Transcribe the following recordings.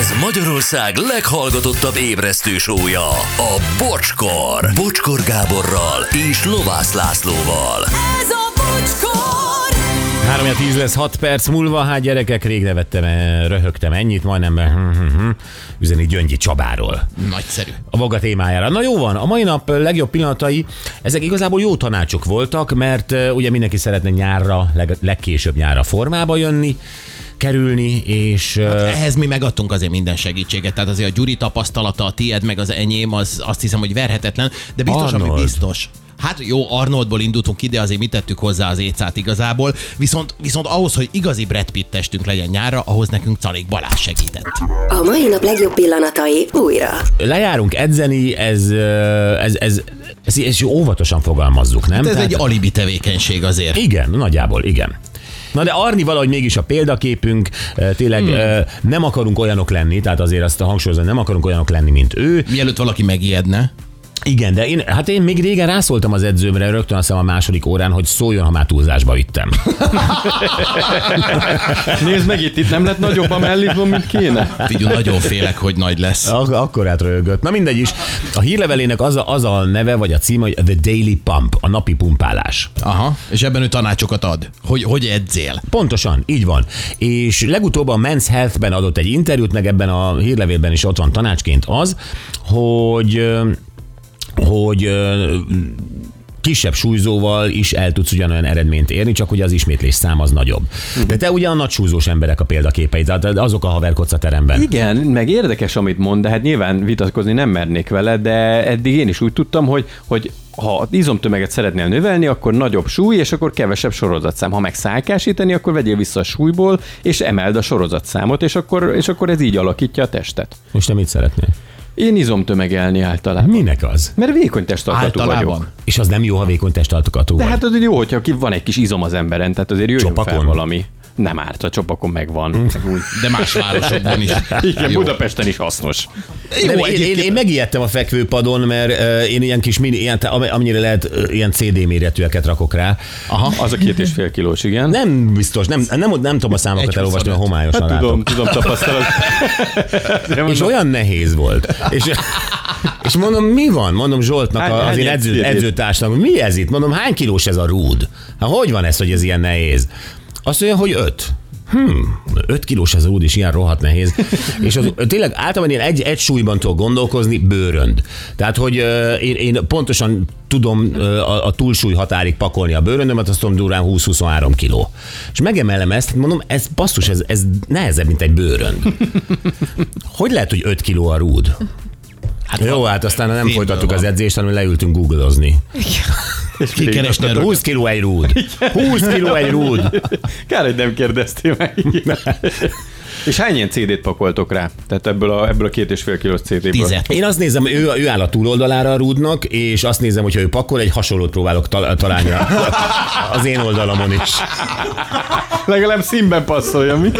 Ez Magyarország leghallgatottabb ébresztő show-ja, a Bocskor. Bocskor Gáborral és Lovász Lászlóval. Ez a Bocskor! 3-10 lesz 6 perc múlva, hát gyerekek, rég nevettem, röhögtem ennyit, majdnem üzeni Gyöngyi Csabáról. Nagyszerű. A maga témájára. Na jó van, a mai nap legjobb pillanatai, ezek igazából jó tanácsok voltak, mert ugye mindenki szeretne nyárra, legkésőbb nyárra formába jönni, kerülni, és... Ehhez mi megadtunk azért minden segítséget, tehát azért a Gyuri tapasztalata, a tied meg az enyém, az azt hiszem, hogy verhetetlen, de biztos, Arnold. ami biztos. Hát jó, Arnoldból indultunk ide, azért mi tettük hozzá az écát igazából, viszont ahhoz, hogy igazi Brad Pitt testünk legyen nyárra, ahhoz nekünk Calék Balázs segített. A mai nap legjobb pillanatai újra. Lejárunk edzeni, ezt óvatosan fogalmazzuk, nem? Hát ez Tehát... egy alibi tevékenység azért. Igen, nagyjából, igen. Na de Arni valahogy mégis a példaképünk, tényleg nem akarunk olyanok lenni, tehát azért azt hangsúlyozom, nem akarunk olyanok lenni, mint ő. Mielőtt valaki megijedne. Igen, de én még régen rászóltam az edzőmre, rögtön azt hiszem a második órán, hogy szóljon, ha már túlzásba vittem. Nézd meg, itt nem lett nagyobb a mellizom, mint kéne. Figyelj, nagyon félek, hogy nagy lesz. Akkor átröhögött. Na mindegy is. A hírlevelének az a neve, vagy a címe, hogy The Daily Pump, a napi pumpálás. Aha, és ebben ő tanácsokat ad, hogy edzél. Pontosan, így van. És legutóbb a Men's Health-ben adott egy interjút, meg ebben a hírlevélben is ott van tanácsként az, hogy kisebb súlyzóval is el tudsz ugyanolyan eredményt érni, csak hogy az ismétlés szám az nagyobb. De te ugye a nagy súlyzós emberek a példaképei, tehát azok a haverkodsz a teremben. Igen, meg érdekes, amit mond, de hát nyilván vitatkozni nem mernék vele, de eddig én is úgy tudtam, hogy ha izomtömeget szeretnél növelni, akkor nagyobb súly, és akkor kevesebb sorozatszám. Ha meg szálkásítani, akkor vegyél vissza a súlyból, és emeld a sorozatszámot, és akkor ez így alakítja a testet. Most te mit szeretnél? Én izomtömegelni általában. Minek az? Mert vékony testalkatú vagyok. És az nem jó, ha vékony testalkatú De vagy. hát az jó, hogyha van egy kis izom az emberen, tehát azért jöjjön Csopakon? fel valami. Nem árt, a csopakon megvan. De más városokban is. Igen, Jó. Budapesten is hasznos. Nem, én megijedtem a fekvőpadon, mert én ilyen kis amennyire lehet, ilyen CD méretűeket rakok rá. Aha, az a 2,5 kilós, igen. Nem biztos, nem tudom a számokat Egy elolvasni, a 25. homályosan Hát látom. tudom tapasztalat. És olyan nehéz volt. És mondom, mi van? Mondom Zsoltnak, az én edzőtársnak, mi ez itt? Mondom, hány kilós ez a rúd? Hát hogy van ez, hogy ez ilyen nehéz? Azt mondja, hogy 5. 5 kilós ez a rúd, és ilyen rohadt nehéz. És tényleg általában én egy súlyban tudok gondolkozni, bőrönd. Tehát, hogy én pontosan tudom a túlsúly határig pakolni a bőröndömet, azt tudom durván 20-23 kiló. És megemelem ezt, mondom, ez basszus, ez nehezebb, mint egy bőrönd. Hogy lehet, hogy 5 kiló a rúd? Hát jó, hát aztán nem folytattuk az edzést, hanem leültünk googleozni. Kikeresni a 20 kiló egy rúd. 20 kiló egy rúd. Kár, hogy nem kérdeztél meg. És hány ilyen CD-t pakoltok rá? Tehát ebből a 2,5 kilós CD-ből? 10. Én azt nézem, ő áll a túloldalára a rúdnak, és azt nézem, hogyha ő pakol, egy hasonlót próbálok találni az én oldalamon is. Legalább színben passzolja, mi?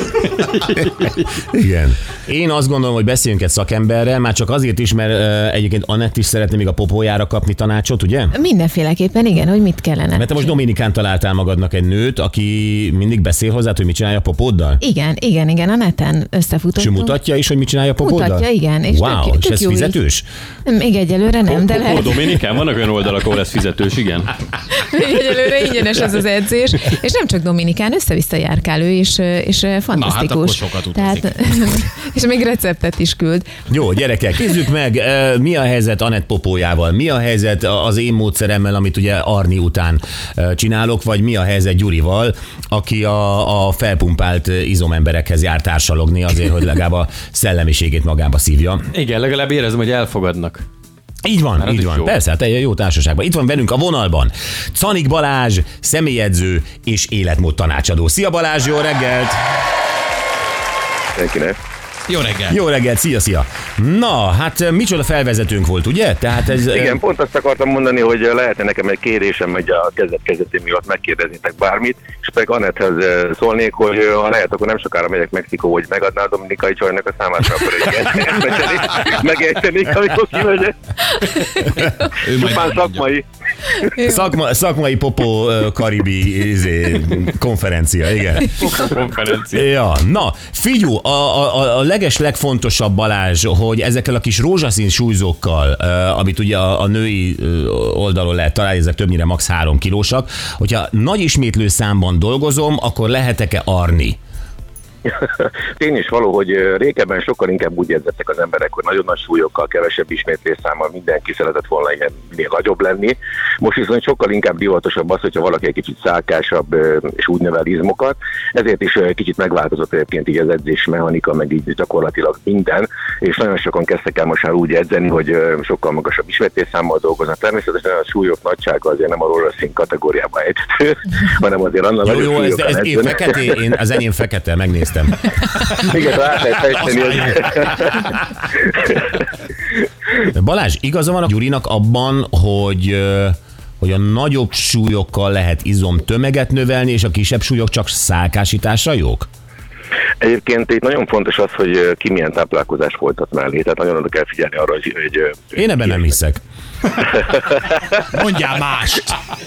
Igen. Én azt gondolom, hogy beszéljünk egy szakemberrel, már csak azért is, mert egyébként Anett is szeretné még a popójára kapni tanácsot, ugye? Mindenféleképpen igen, hogy mit kellene. Mert te most Dominikán találtál magadnak egy nőt, aki mindig beszél hozzád, hogy mit csinálja a popóddal? Igen, a neten összefutottunk. És mutatja is, hogy mit csinálja a popóddal? Mutatja, igen. És Wow, és ez jó fizetős? Így. Még egyelőre nem, de lehet. Dominikán vannak olyan oldalak, ahol ez fizetős, igen. Még egyelőre ingyenes az edzés. És nem csak Dominikán, össze-vissza járkál ő, és fantasztikus. Na, hát akkor sokat utazik. És még receptet is küld. Jó, gyerekek, nézzük meg, mi a helyzet Anett popójával, mi a helyzet az én módszeremmel, amit ugye Arni után csinálok, vagy mi a helyzet Gyurival, aki a felpumpált izomemberekhez jár társalogni azért, hogy legalább a szellemiségét magába szívja. Igen, legalább érezem, hogy elfogadnak. Így van, Hát így is van. jó. Persze, hát egy jó társaságban. Itt van velünk a vonalban Calék Balázs, személyedző és életmód tanácsadó. Szia Balázs, jó reggelt! Senkinek. Jó reggel. Jó reggelt, szia! Na, hát micsoda felvezetőnk volt, ugye? Tehát ez... Igen, pont azt akartam mondani, hogy lehetne nekem egy kérésem, hogy a kezdet-kezdetén miatt megkérdeznétek bármit, és pedig Anetthez szólnék, hogy ha lehet, akkor nem sokára megyek Mexikó, hogy megadná a dominikai csajnak a számát, akkor megejtenék, amikor kimegyek. Csupán szakmai. Szakmai popó karibi konferencia, igen. Konferencia. Ja, na, figyú, a legfontosabb, Balázs, hogy ezekkel a kis rózsaszín súlyzókkal, amit ugye a női oldalon lehet találni, ezek többnyire max. 3 kilósak, hogyha nagy ismétlő számban dolgozom, akkor lehetek-e arni? Tény is való, hogy régebben sokkal inkább úgy edzettek az emberek, hogy nagyon nagy súlyokkal, kevesebb ismétlésszámmal mindenki szeretett volna ilyen minél nagyobb lenni. Most viszont sokkal inkább divatosabb az, hogyha valaki egy kicsit szálkásabb és úgy növel izmokat. Ezért is kicsit megváltozott egyébként így az edzés mechanika, meg így gyakorlatilag minden, és nagyon sokan kezdtek el most már úgy edzeni, hogy sokkal magasabb ismétlésszámmal dolgoznak. Természetesen a súlyok nagysága azért nem a rózsaszín kategóriába ejthető, hanem azért annál nagyobb súlyokkal ez én fekete, az enyém fekete, megnéztem. Igen, Balázs, igaza van a Gyurinak abban, hogy a nagyobb súlyokkal lehet izomtömeget növelni, és a kisebb súlyok csak szálkásításra jók? Egyébként itt nagyon fontos az, hogy ki milyen táplálkozást folytat mellé. Tehát nagyon oda kell figyelni arra, hogy... Én ebben nem hiszek. Mondjál mást!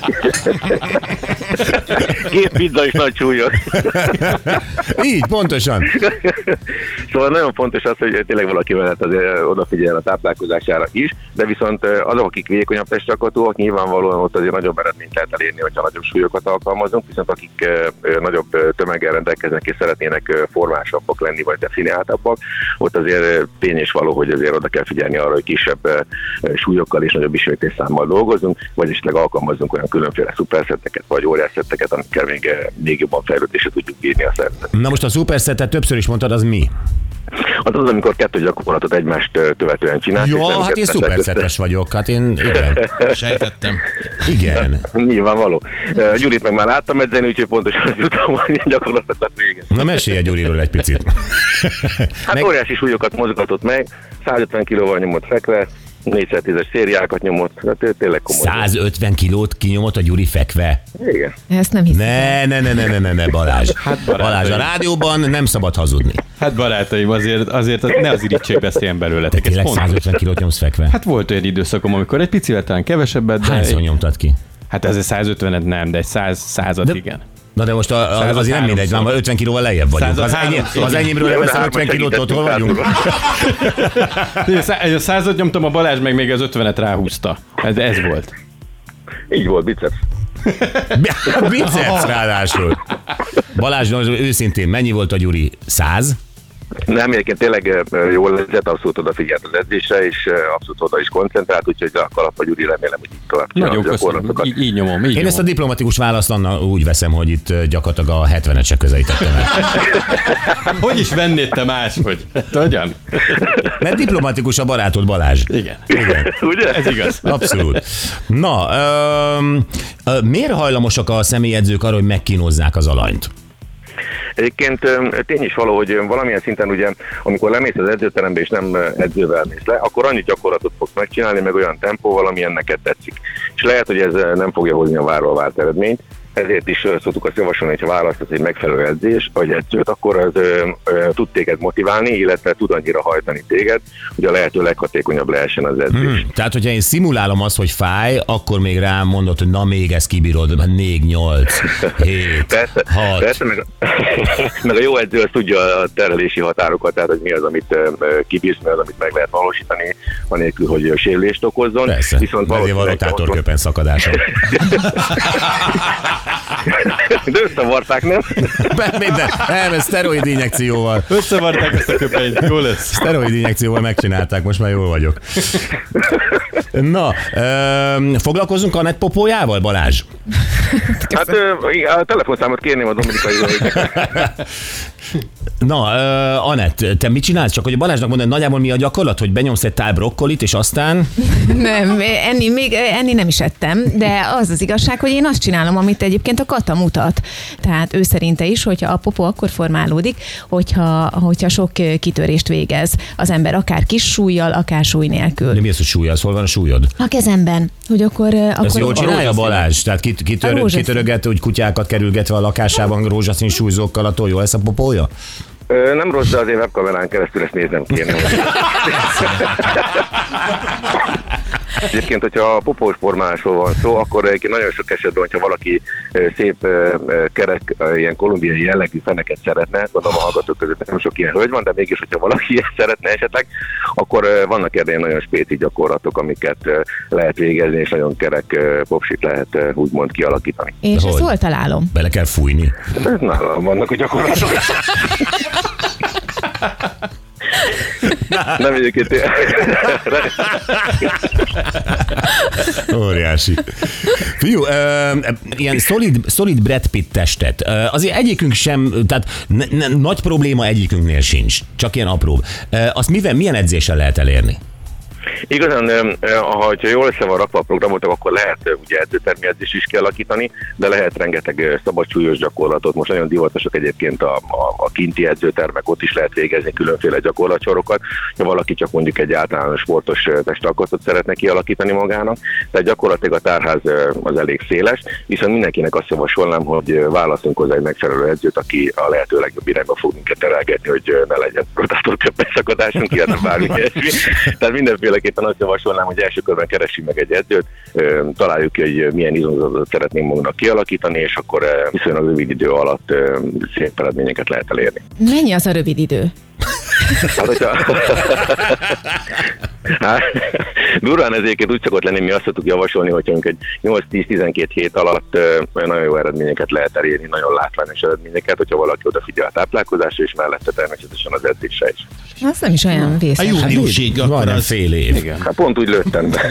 2 pizza és nagy súlyok. Így, pontosan. Szóval nagyon fontos az, hogy tényleg valaki azért odafigyel a táplálkozására is, de viszont azok, akik vékonyabb testalkatúak, nyilvánvalóan ott azért nagyobb eredményt lehet elérni, hogyha nagyobb súlyokat alkalmazunk, viszont akik nagyobb tömeggel rendelkeznek és szeretnének formásabbak lenni, vagy definiáltabbak, ott azért tény és való, hogy azért oda kell figyelni arra, hogy kisebb súlyokkal és nagyobb ismétlésszámmal dolgozunk, vagy esetleg alkalmazzunk olyan különféle szuperszetteket, vagy óriásszetteket, amikkel még jobban fejlődésre tudjuk bírni a szervezetet. Na most a szuperszettet többször is mondtad, az mi? Az, amikor 2 gyakorlatot egymást követően csinálsz. Ja, hát én szuperszettes vagyok, hát én igen. Sejtettem. Igen. Nyilvánvaló. Gyurit meg már láttam edzeni, úgyhogy pontosan tudom, hogy gyakorlatokat végez. Na mesélj a Gyuriról egy picit. Hát óriási súlyokat mozgatott meg, 150 kilóval nyomott fekve, 4x10-es szériákat nyomott, tehát tényleg komoly. 150 kilót kinyomott a Gyuri fekve? Igen. Ezt nem hiszem. Ne, Balázs. Hát Balázs, a rádióban nem szabad hazudni. Hát barátaim, azért ne az irítség beszéljen belőletek. Te tényleg 150 kilót nyomsz fekve? Hát volt olyan időszakom, amikor egy picivel talán kevesebbet, de... Hányszor nyomtad ki? Hát ez 150-et nem, de egy 100-at igen. Na de most azért nem mindegy, már 50 kilóval lejjebb vagyunk. Az enyémről leveszem 50 kilót, ott hol vagyunk? A 100-at nyomtam, a Balázs meg még az 50-et ráhúzta. Ez volt. Így volt, biceps. Biceps ráadásul. Balázs, őszintén, mennyi volt a Gyuri? 100? Nem, egyébként tényleg jól edzett, abszolút odafigyelt az edzésre, és abszolút oda is koncentrált, úgyhogy a Kalapa Gyuri remélem, hogy így tovább csinálja a gyakorlatokat. Így nyomom. Én ezt a diplomatikus választ úgy veszem, hogy itt gyakorlatilag a 70-et se közelítettem el. Hogy is vennéd te máshogy? Hogyan? Mert diplomatikus a barátod, Balázs. Igen. Ugye? Ez igaz. Abszolút. Na, miért hajlamosak a személyedzők arra, hogy megkínozzák az alanyt? Egyébként tény is való, hogy valamilyen szinten ugye, amikor lemész az edzőterembe és nem edzővel mész le, akkor annyi gyakorlatot fogsz megcsinálni, meg olyan tempóval, ami neked tetszik. És lehet, hogy ez nem fogja hozni a várról várt eredményt, ezért is szoktuk azt javasolni, hogyha választasz egy megfelelő edzés, vagy edzőt, akkor az tud téged motiválni, illetve tud annyira hajtani téged, hogy a lehető leghatékonyabb lehessen az edzés. Tehát, hogyha én szimulálom azt, hogy fáj, akkor még rám mondod, hogy na még ezt kibírod, 4, 8, 7, 6. Persze, meg a jó edző az tudja a terelési határokat, tehát hogy mi az, amit kibírsz, mi az, amit meg lehet valósítani, anélkül, hogy sérülést okozzon. Persze, viszont ezért van rotátorköpen szakadása. De összevarták, nem? Minden. Nem, ez szteroid injekcióval. Összevarták ezt a köpenyt, jó lesz. Szteroid injekcióval megcsinálták, most már jól vagyok. Na, foglalkozunk Anett popójával, Balázs? Hát a telefonszámot kérném a Dominikai hölgynek. Na, Anett, te mit csinálsz? Csak hogy Balázsnak mondani, nagyjából mi a gyakorlat, hogy benyomsz egy tál brokkolit, és aztán... Nem, enni nem is ettem, de az az igazság, hogy én azt csinálom, amit egyébként a Kata mutat. Tehát ő szerinte is, hogyha a popó akkor formálódik, hogyha sok kitörést végez az ember, akár kis súlyjal, akár súly nélkül. De mi az, hogy súlyal? Hol van a súlyod? A kezemben, hogy akkor... Ez jól csinálja Balázs? Tehát kitöröget, hogy kutyákat kerülgetve a lakásában rózsaszín súlyzókkal, attól jó lesz a popója? Nem rossz, de azért webkamerán keresztül ezt néznem kéne. Egyébként, hogyha a popós formálásról van szó, akkor egyébként nagyon sok esetben, hogyha valaki szép kerek, ilyen kolumbiai jellegű feneket szeretne, gondolom a hallgatók között nem sok ilyen hölgy van, de mégis, hogyha valaki ezt szeretne esetleg, akkor vannak erre nagyon spéci gyakorlatok, amiket lehet végezni, és nagyon kerek popsit lehet úgymond kialakítani. És ezt hol találom? Bele kell fújni. Nálam vannak a gyakorlatok. Nem egyébként. Óriási. Fiú, ilyen szolid Brad Pitt testet. Azért egyikünk sem, tehát nagy probléma egyikünknél sincs. Csak ilyen apró. Azt milyen edzéssel lehet elérni? Igazán, ha jól össze van rakva a programot, akkor lehet ugye edzőtermi edzést is kialakítani, de lehet rengeteg szabadsúlyos gyakorlatot. Most nagyon divatosak egyébként a kinti edzőtermek, ott is lehet végezni különféle gyakorlatsorokat. Ha valaki csak mondjuk egy általános sportos testalkatot szeretne kialakítani magának, tehát gyakorlatilag a tárház az elég széles, viszont mindenkinek azt javasolnám, hogy válaszunk hozzá egy megfelelő edzőt, aki a lehető legjobb irányba fog minket terelgetni, hogy ne legyen rotátorköppeszakadásunk, illetve bármi ilyesmi. Tehát mindenféleképpen azt javasolnám, hogy első körben keressünk meg egy edzőt, találjuk ki, hogy milyen izomzatot szeretnénk magunknak kialakítani, és akkor viszonylag rövid idő alatt szép eredményeket lehet elérni. Mennyi az a rövid idő? Durván ezért úgy szokott lenni, mi azt szoktuk javasolni, hogyha egy 8-10-12 hét alatt nagyon jó eredményeket lehet elérni, nagyon látványos eredményeket, hogyha valaki odafigyel a táplálkozásra, és mellette természetesen az edzésre is. Az nem is olyan vészes. A júniusig akkor az fél év. Igen. Hát pont úgy lőttem be.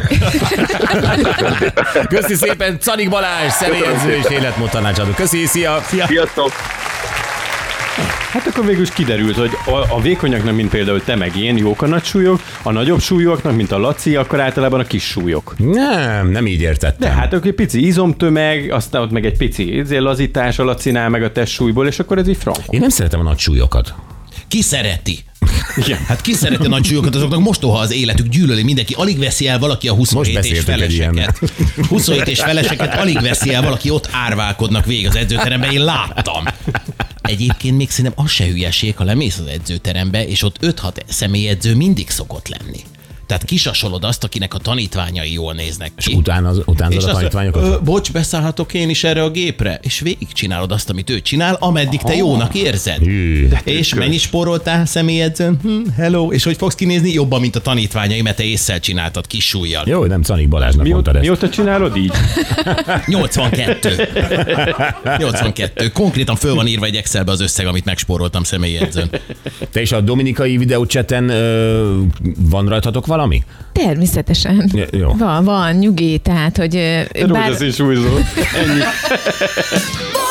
Köszi szépen, Czanik Balázs, személyedző és életmódtanácsadó. Köszi, szia! Sziasztok! Hát akkor végül is kiderült, hogy a vékonyaknak, mint például te meg én, jók a nagy súlyok, a nagyobb súlyoknak, mint a Laci, akkor általában a kis súlyok. Nem így értettem. De hát egy pici izomtömeg, aztán ott meg egy pici lazítás a Lacinál, meg a testsúlyból, és akkor ez így frank. Én nem szeretem a nagy súlyokat. Ki szereti? Igen. Hát ki szereti a nagy súlyokat, azoknak mostoha az életük, gyűlöli mindenki. Alig veszi el valaki a 27 és feleseket. 27 és feleseket alig veszi el valaki, ott árválkodnak végig az edzőteremben, én láttam. Egyébként még szerintem az se hülyeség, ha lemész az edzőterembe, és ott 5-6 személyedző mindig szokott lenni. Tehát kisasolod azt, akinek a tanítványai jól néznek ki. És utánzod a tanítványokat? Bocs, beszállhatok én is erre a gépre? És végigcsinálod azt, amit ő csinál, ameddig te jónak érzed. És mennyit spóroltál személyedzőn? Hello. És hogy fogsz kinézni? Jobban, mint a tanítványai, mert te ésszel csináltad kis súlyjal. Jó, nem Czanik Balázsnak mondtad ezt. Mióta csinálod így? 82. Konkrétan föl van írva egy Excelbe az összeg, amit megspóroltam személyedzőn. Te is a dominikai videócseten van rajtatok valami? Természetesen. Jó. Van, nyugi, tehát, hogy... Rózsaszín súlyzó. Ennyi.